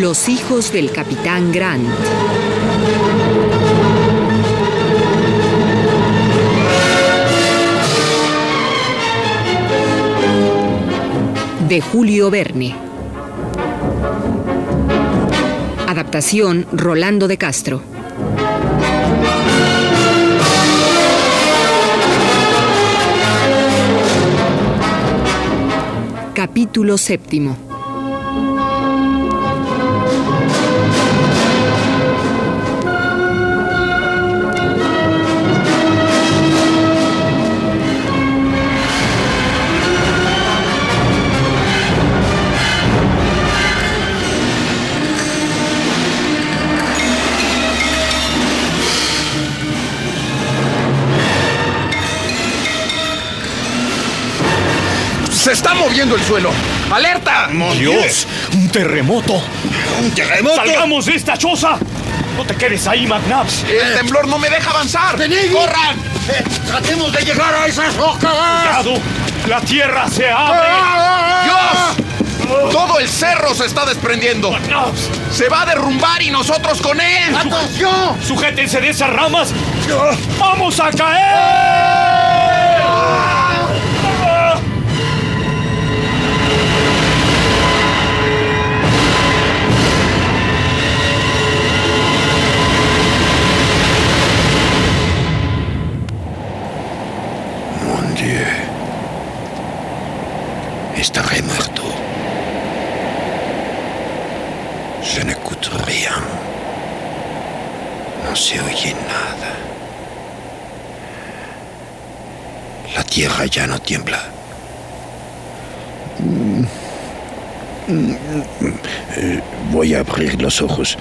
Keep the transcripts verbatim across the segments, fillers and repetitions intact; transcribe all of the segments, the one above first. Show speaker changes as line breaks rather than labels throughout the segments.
Los hijos del Capitán Grant. De Julio Verne. Adaptación Rolando de Castro. Capítulo séptimo.
¡Se está moviendo el suelo! ¡Alerta!
¡Dios! ¡Un terremoto!
¡Un terremoto!
¡Salgamos de esta choza! ¡No te quedes ahí, McNabbs!
¡El temblor no me deja avanzar!
¡Venid!
¡Corran!
Eh, ¡Tratemos de llegar a esas rocas!
¡Cuidado! ¡La tierra se abre!
¡Dios! ¡Todo el cerro se está desprendiendo!
McNabbs,
¡Se va a derrumbar y nosotros con él!
¡Atención!
¡sujétense de esas ramas! ¡Vamos a caer!
Mon Dieu. Estaré muerto. Je n'écoute rien. No se oye nada. La tierra ya no tiembla. Voy a abrir los ojos.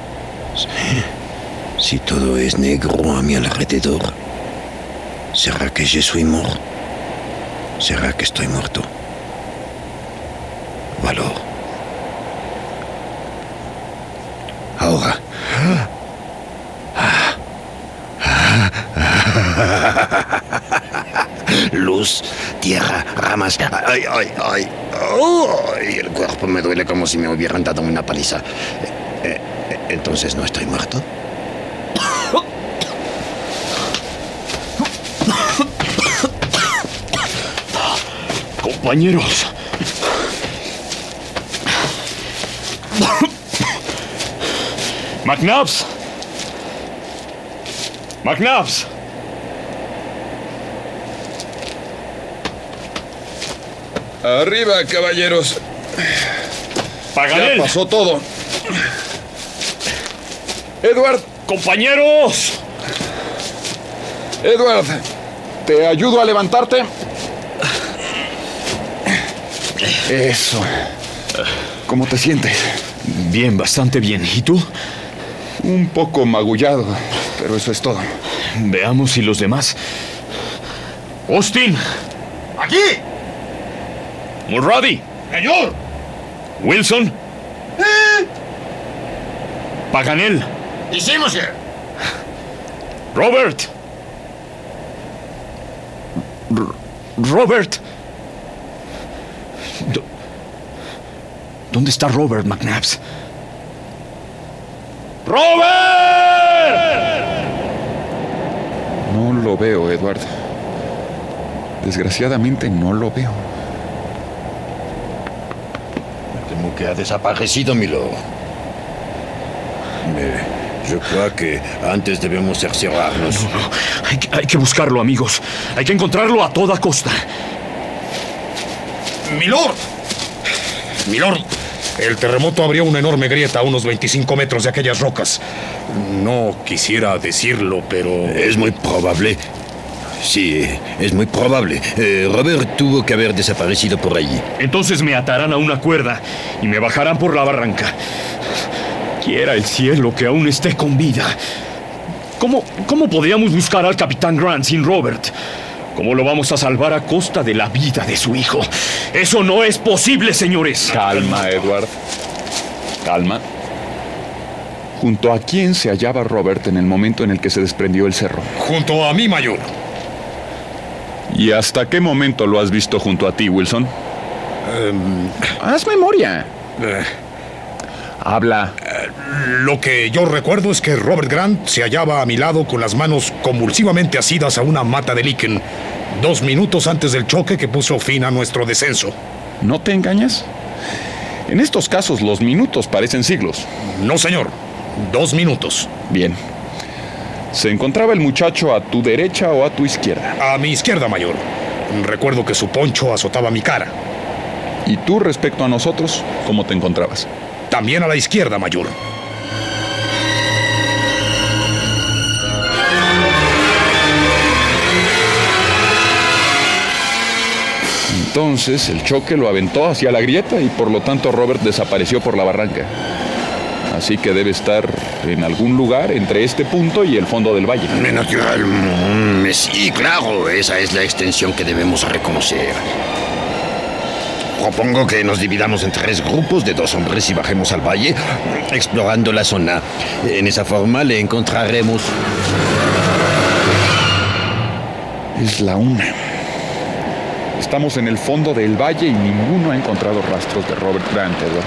Si todo es negro a mi alrededor, ¿será que je suis mort? ¿Será que estoy muerto? Valor. Ahora. Luz, tierra, ramas. Ay, ay, ay. Ay, el cuerpo me duele como si me hubieran dado una paliza. Eh, eh, Entonces, ¿no estoy muerto?
Compañeros. McNabbs. McNabbs.
Arriba, caballeros.
Paganel.
Ya pasó todo. Edward.
Compañeros.
Edward, ¿te ayudo a levantarte? Eso. ¿Cómo te sientes?
Bien, bastante bien. ¿Y tú?
Un poco magullado, pero eso es todo.
Veamos si los demás. Austin.
¡Aquí!
Mulrady.
¡Señor!
Wilson.
¿Eh?
Paganel.
¡Hicimos, sir!
Robert. R- Robert. Do- ¿Dónde está Robert, McNabbs? ¡Robert!
No lo veo, Edward. Desgraciadamente no lo veo.
Me temo que ha desaparecido, Milo. Me... Yo creo que antes debemos cerciorarnos.
No, no. Hay que, hay que buscarlo, amigos. Hay que encontrarlo a toda costa.
¡Milord! ¡Milord! El terremoto abrió una enorme grieta a unos veinticinco metros de aquellas rocas. No quisiera decirlo, pero...
Es muy probable. Sí, es muy probable. Eh, Robert tuvo que haber desaparecido por allí.
Entonces me atarán a una cuerda y me bajarán por la barranca. Quiera el cielo que aún esté con vida. ¿Cómo, cómo podríamos buscar al Capitán Grant sin Robert? ¿Cómo lo vamos a salvar a costa de la vida de su hijo? ¡Eso no es posible, señores!
Calma, Edward. Calma. ¿Junto a quién se hallaba Robert en el momento en el que se desprendió el cerro?
Junto a mí, mayor.
¿Y hasta qué momento lo has visto junto a ti, Wilson?
Um,
Haz memoria.
eh,
Habla.
Eh, lo que yo recuerdo es que Robert Grant se hallaba a mi lado con las manos convulsivamente asidas a una mata de liquen, dos minutos antes del choque que puso fin a nuestro descenso.
¿No te engañas? En estos casos los minutos parecen siglos.
No, señor. Dos minutos.
Bien. ¿Se encontraba el muchacho a tu derecha o a tu izquierda?
A mi izquierda, mayor. Recuerdo que su poncho azotaba mi cara.
¿Y tú, respecto a nosotros, cómo te encontrabas?
También a la izquierda, mayor.
Entonces, el choque lo aventó hacia la grieta y por lo tanto Robert desapareció por la barranca. Así que debe estar en algún lugar entre este punto y el fondo del valle.
Naturalmente, sí, claro, esa es la extensión que debemos reconocer. Propongo que nos dividamos en tres grupos de dos hombres y bajemos al valle, explorando la zona. En esa forma le encontraremos...
Es la una. Estamos en el fondo del valle y ninguno ha encontrado rastros de Robert Grant, Edward.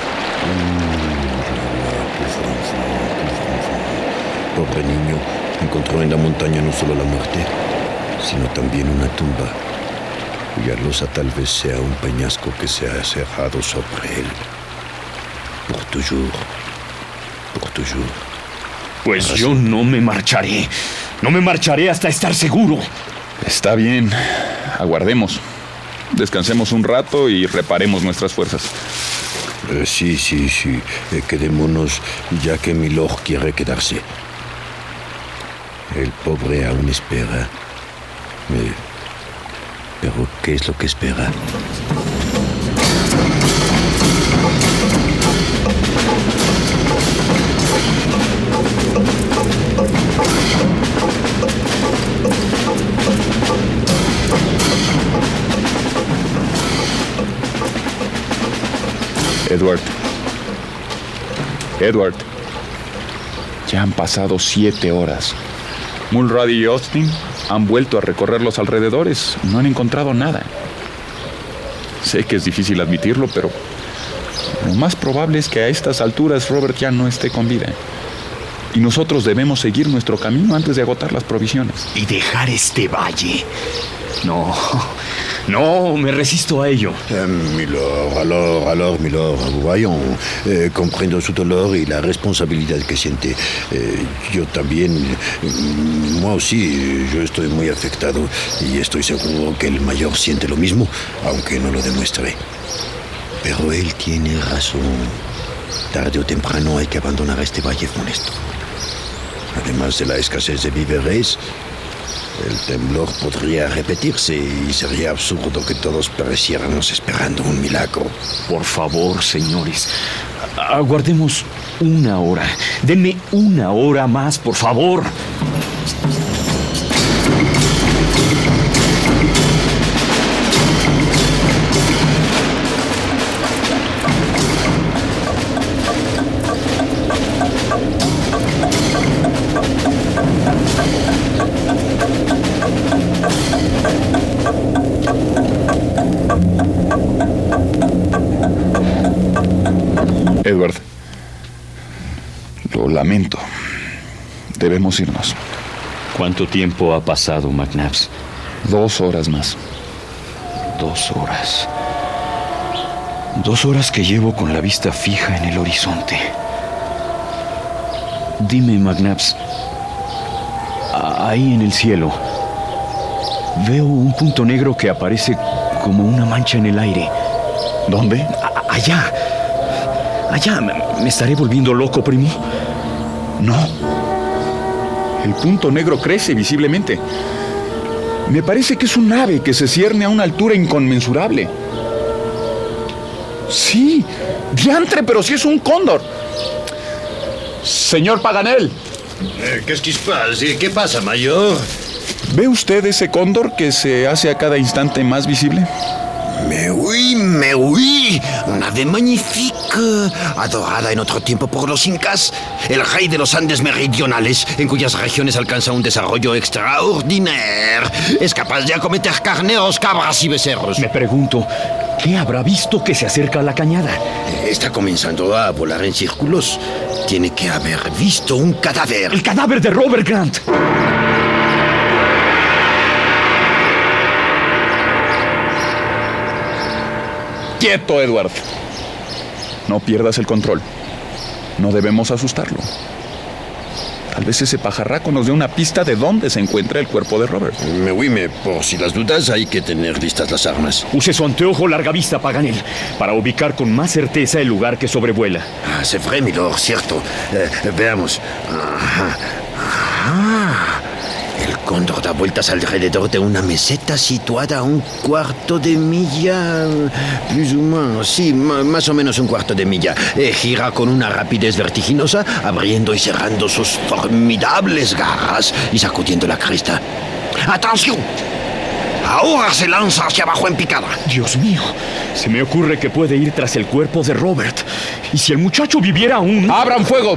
Pobre niño, encontró en la montaña no solo la muerte, sino también una tumba, cuya losa tal vez sea un peñasco que se ha cerrado sobre él. Por toujours. Por toujours.
Pues yo no me marcharé. No me marcharé hasta estar seguro.
Está bien. Aguardemos. Descansemos un rato y reparemos nuestras fuerzas.
Eh, sí, sí, sí. Eh, quedémonos, ya que Milord quiere quedarse. El pobre aún espera. Eh, pero, ¿qué es lo que espera?
Edward. Edward. Ya han pasado siete horas. Mulrady y Austin han vuelto a recorrer los alrededores. No han encontrado nada. Sé que es difícil admitirlo, pero lo más probable es que a estas alturas Robert ya no esté con vida. Y nosotros debemos seguir nuestro camino antes de agotar las provisiones.
¿Y dejar este valle? No, no, me resisto a ello.
Eh, Milord, alors, alors, Milord, voyons. Eh, comprendo su dolor y la responsabilidad que siente. Eh, yo también, mm, moi aussi, yo estoy muy afectado y estoy seguro que el mayor siente lo mismo, aunque no lo demuestre. Pero él tiene razón. Tarde o temprano hay que abandonar este valle funesto. Además de la escasez de víveres, el temblor podría repetirse y sería absurdo que todos pereciéramos esperando un milagro.
Por favor, señores, aguardemos una hora. Denme una hora más, por favor.
Edward, lo lamento. Debemos irnos.
¿Cuánto tiempo ha pasado, McNabbs?
Dos horas más.
Dos horas. Dos horas que llevo con la vista fija en el horizonte. Dime, McNabbs, ahí en el cielo veo un punto negro que aparece como una mancha en el aire.
¿Dónde?
A- allá. Allá. ¿Me, me estaré volviendo loco, primo?
No. El punto negro crece visiblemente. Me parece que es un ave que se cierne a una altura inconmensurable. Sí, diantre, pero sí es un cóndor. Señor Paganel.
Eh, ¿Qué es que pasa? ¿Qué pasa, mayor?
¿Ve usted ese cóndor que se hace a cada instante más visible?
Mais oui, mais oui, un ave magnifique, adorada en otro tiempo por los incas, el rey de los Andes meridionales, en cuyas regiones alcanza un desarrollo extraordinario. Es capaz de acometer carneros, cabras y becerros.
Me pregunto, ¿Qué habrá visto que se acerca a la cañada?
Está comenzando a volar en círculos. Tiene que haber visto un cadáver.
¡El cadáver de Robert Grant!
¡Quieto, Edward! No pierdas el control. No debemos asustarlo. Tal vez ese pajarraco nos dé una pista de dónde se encuentra el cuerpo de Robert.
Me huime, por si las dudas hay que tener listas las armas.
Use su anteojo larga vista, Paganel, para ubicar con más certeza el lugar que sobrevuela.
Ah, c'est vrai, milord, cierto. Eh, veamos. Ajá. Ajá. El cóndor da vueltas alrededor de una meseta situada a un cuarto de milla. Plus o menos, sí, más o menos un cuarto de milla. Eh, gira con una rapidez vertiginosa, abriendo y cerrando sus formidables garras y sacudiendo la cresta. ¡Atención! Ahora se lanza hacia abajo en picada.
Dios mío, se me ocurre que puede ir tras el cuerpo de Robert. Y si el muchacho viviera aún...
¡Abran fuego!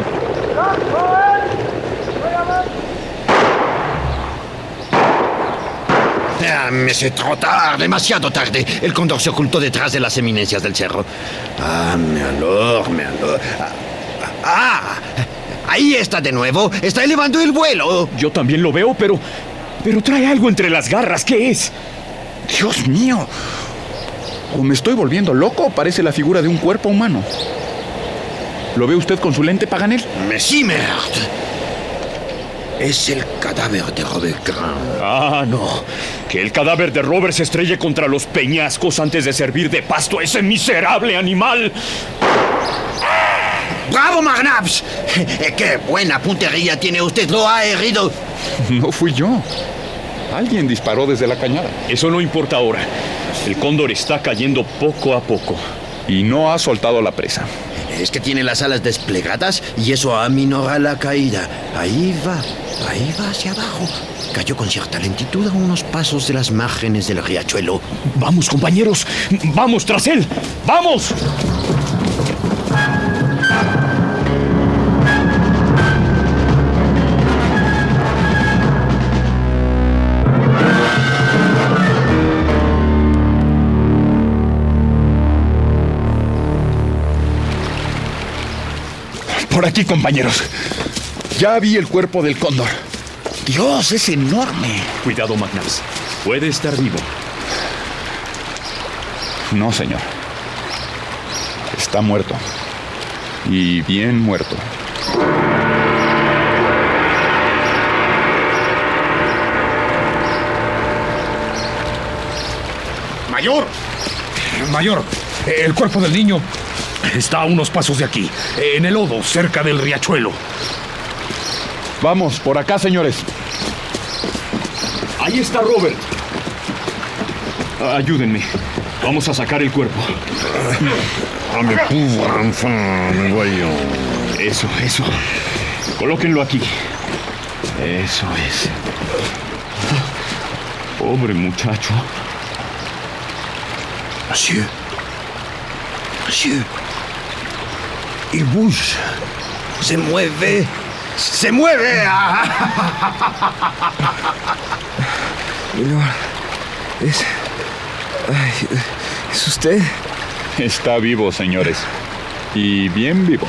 Ah, me sé trop tard, demasiado tarde. El cóndor se ocultó detrás de las eminencias del cerro. Ah, me alor, me alor. Ah, ah, ahí está de nuevo. Está elevando el vuelo.
Yo también lo veo, pero... Pero trae algo entre las garras. ¿Qué es?
¡Dios mío! ¿O me estoy volviendo loco o parece la figura de un cuerpo humano? ¿Lo ve usted con su lente, Paganel?
Me sí, merde. Es el cadáver de Robert Grant.
Ah, no. Que el cadáver de Robert se estrelle contra los peñascos antes de servir de pasto a ese miserable animal.
¡Bravo, McNabbs! ¡Qué buena puntería tiene usted! ¡Lo ha herido!
No fui yo. Alguien disparó desde la cañada.
Eso no importa ahora. El cóndor está cayendo poco a poco.
Y no ha soltado la presa.
Es que tiene las alas desplegadas y eso aminora la caída. Ahí va, ahí va hacia abajo. Cayó con cierta lentitud a unos pasos de las márgenes del riachuelo.
¡Vamos, compañeros! ¡Vamos tras él! ¡Vamos!
Por aquí, compañeros. Ya vi el cuerpo del cóndor. Dios, es enorme.
Cuidado, McNabbs. Puede estar vivo.
No, señor. Está muerto. Y bien muerto.
Mayor, mayor, el cuerpo del niño está a unos pasos de aquí, en el lodo, cerca del riachuelo.
Vamos, por acá, señores.
Ahí está Robert. Ayúdenme. Vamos a sacar el cuerpo.
Ah, me pauvre enfant, me voyons.
Eso, eso. Colóquenlo aquí. Eso es. Pobre muchacho.
Monsieur. Monsieur. Il bouge. Se mueve. Se mueve.
Milord, es... Ay, ¿es usted?
Está vivo, señores. Y bien vivo.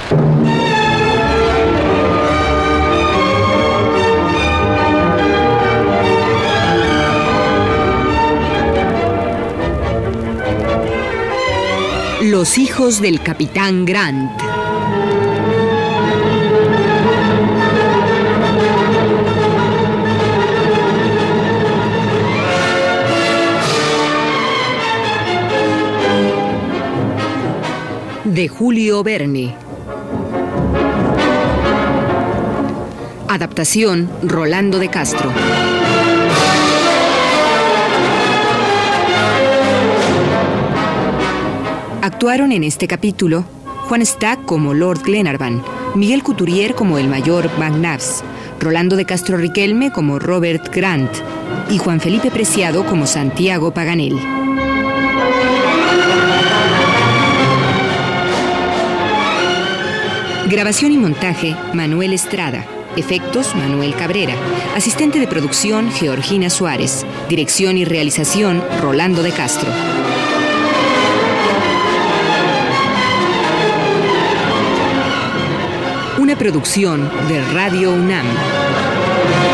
Los hijos del Capitán Grant. De Julio Verne. Adaptación Rolando de Castro. Actuaron en este capítulo Juan Stack como Lord Glenarvan, Miguel Couturier como el mayor McNabbs, Rolando de Castro Riquelme como Robert Grant y Juan Felipe Preciado como Santiago Paganel. Grabación y montaje, Manuel Estrada. Efectos, Manuel Cabrera. Asistente de producción, Georgina Suárez. Dirección y realización, Rolando de Castro. Una producción de Radio UNAM.